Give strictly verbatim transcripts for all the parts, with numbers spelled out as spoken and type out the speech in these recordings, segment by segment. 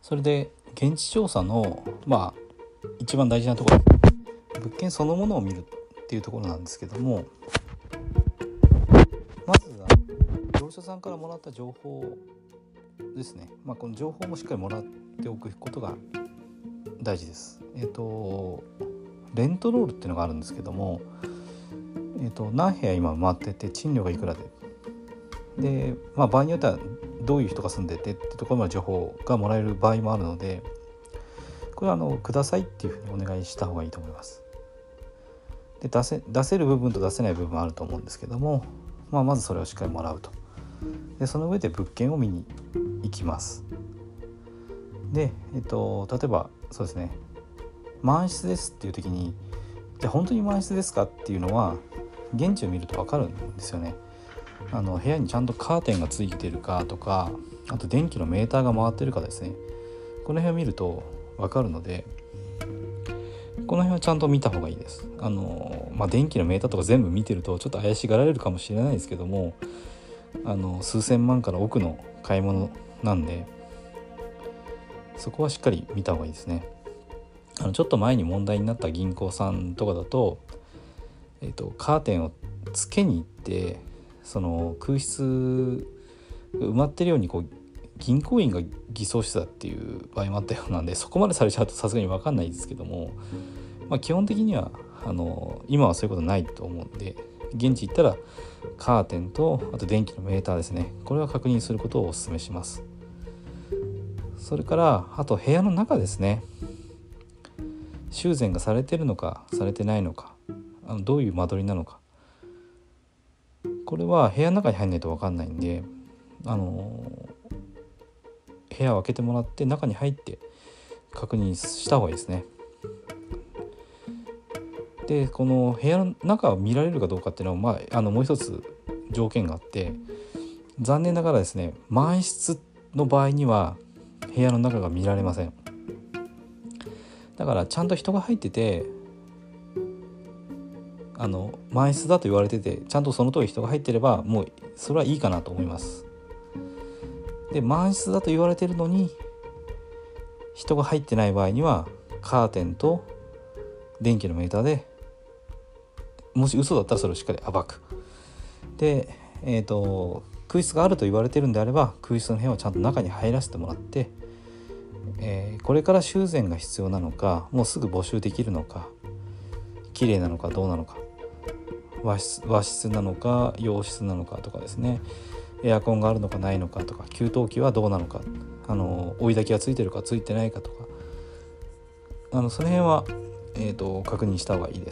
それで現地調査のまあ一番大事なところ、物件そのものを見るっていうところなんですけども、まずは業者さんからもらった情報ですね。まあ、この情報もしっかりもらっておくことが大事です。えっとレントロールっていうのがあるんですけども、えっと何部屋今埋まってて賃料がいくらで、で、まあ、場合によってはどういう人が住んでてってところまで情報がもらえる場合もあるので、これはあのくださいっていうふうにお願いした方がいいと思います。で 出せ、出せる部分と出せない部分あると思うんですけども、まあ、まずそれをしっかりもらうと。でその上で物件を見に行きます。で、えっと、例えばそうですね、満室ですっていう時に、じゃあ本当に満室ですかっていうのは現地を見ると分かるんですよね。あの部屋にちゃんとカーテンがついてるかとか、あと電気のメーターが回ってるかですね、この辺を見ると分かるので、この辺はちゃんと見た方がいいです。あの、まあ、電気のメーターとか全部見てるとちょっと怪しがられるかもしれないですけども、あの数千万から億の買い物なんで、そこはしっかり見た方がいいですね。あのちょっと前に問題になった銀行さんとかだと、えーと、カーテンをつけに行ってその空室が埋まってるようにこう銀行員が偽装してたっていう場合もあったようなんで、そこまでされちゃうとさすがに分かんないですけども、まあ、基本的にはあの今はそういうことないと思うんで、現地行ったらカーテンとあと電気のメーターですね、これは確認することをお勧めします。それからあと部屋の中ですね、修繕がされてるのかされてないのか、あのどういう間取りなのか、これは部屋の中に入んないと分かんないんで、あの部屋を開けてもらって中に入って確認した方がいいですね。でこの部屋の中を見られるかどうかっていうのは、まあ、あのもう一つ条件があって、残念ながらですね、満室の場合には部屋の中が見られません。だからちゃんと人が入ってて、あの満室だと言われててちゃんとその通り人が入ってればもうそれはいいかなと思います。で満室だと言われてるのに人が入ってない場合にはカーテンと電気のメーターで、もし嘘だったらそれをしっかり暴く。で、えーと、空室があると言われてるんであれば空室の部屋をちゃんと中に入らせてもらって、えー、これから修繕が必要なのか、もうすぐ募集できるのか、綺麗なのかどうなのか、和室、和室なのか洋室なのかとかですね、エアコンがあるのかないのかとか、給湯器はどうなのか、あの追い焚きがついてるかついてないかとか、あのその辺は、えーと、確認した方がいいです。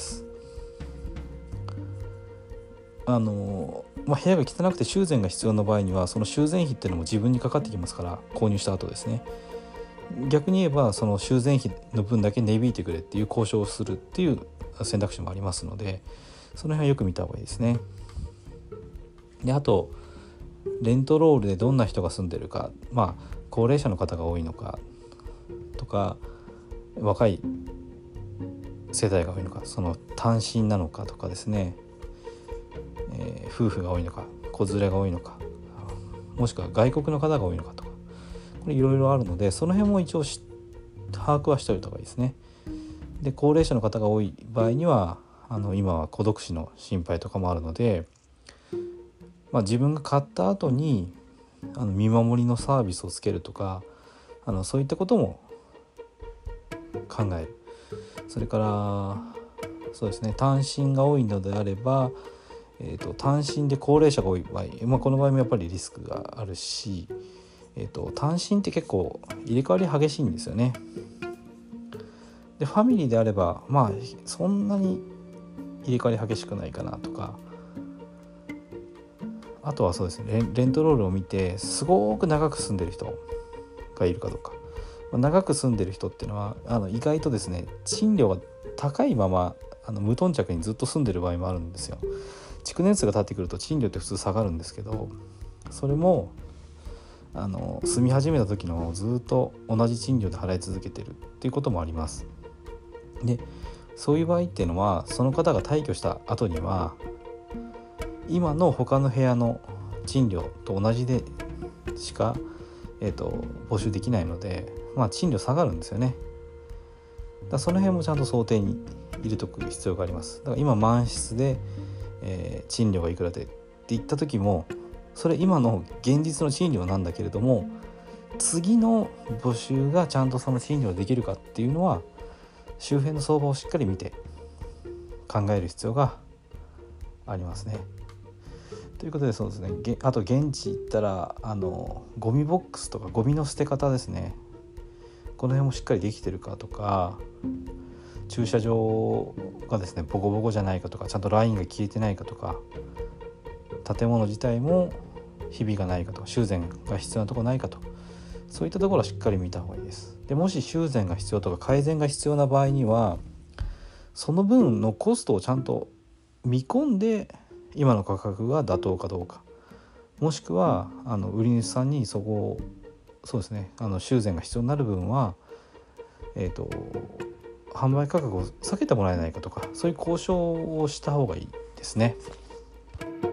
あの、まあ、部屋が汚くて修繕が必要な場合にはその修繕費っていうのも自分にかかってきますから、購入した後ですね。逆に言えばその修繕費の分だけ値引いてくれっていう交渉をするっていう選択肢もありますので、その辺はよく見た方がいいですね。であとレントロールでどんな人が住んでるか、まあ高齢者の方が多いのかとか、若い世代が多いのか、その単身なのかとかですね、えー、夫婦が多いのか子連れが多いのか、もしくは外国の方が多いのかとか、これいろいろあるので、その辺も一応把握はしておいた方がいいですね。で高齢者の方が多い場合にはあの今は孤独死の心配とかもあるので、まあ、自分が買った後にあの見守りのサービスをつけるとか、あのそういったことも考える。それからそうですね、単身が多いのであれば、えーと、単身で高齢者が多い場合、まあ、この場合もやっぱりリスクがあるし、えーと、単身って結構入れ替わり激しいんですよね。でファミリーであればまあそんなに入れ替わり激しくないかなとか、あとはそうですね、レン、レントロールを見てすごく長く住んでる人がいるかどうか。長く住んでる人っていうのはあの意外とですね、賃料が高いままあの無頓着にずっと住んでる場合もあるんですよ。築年数が経ってくると賃料って普通下がるんですけど、それもあの住み始めた時のずっと同じ賃料で払い続けてるっていうこともあります。でそういう場合っていうのは、その方が退去した後には今の他の部屋の賃料と同じでしか、えーと、募集できないので、 まあ、賃料下がるんですよね。だからその辺もちゃんと想定に入れとく必要があります。だから今満室で、えー、賃料がいくらでって言った時も、それ今の現実の賃料なんだけれども、次の募集がちゃんとその賃料できるかっていうのは周辺の相場をしっかり見て考える必要がありますね。ということで、そうですね、あと現地行ったらあのゴミボックスとかゴミの捨て方ですね、この辺もしっかりできてるかとか、駐車場がですねボコボコじゃないかとか、ちゃんとラインが消えてないかとか、建物自体もひびがないかとか、修繕が必要なところないかと、そういったところはしっかり見た方がいいです。でもし修繕が必要とか改善が必要な場合には、その分のコストをちゃんと見込んで今の価格が妥当かどうか、もしくはあの売り主さんにそこをそうですね、あの修繕が必要になる分は、えーと、販売価格を下げてもらえないかとか、そういう交渉をした方がいいですね。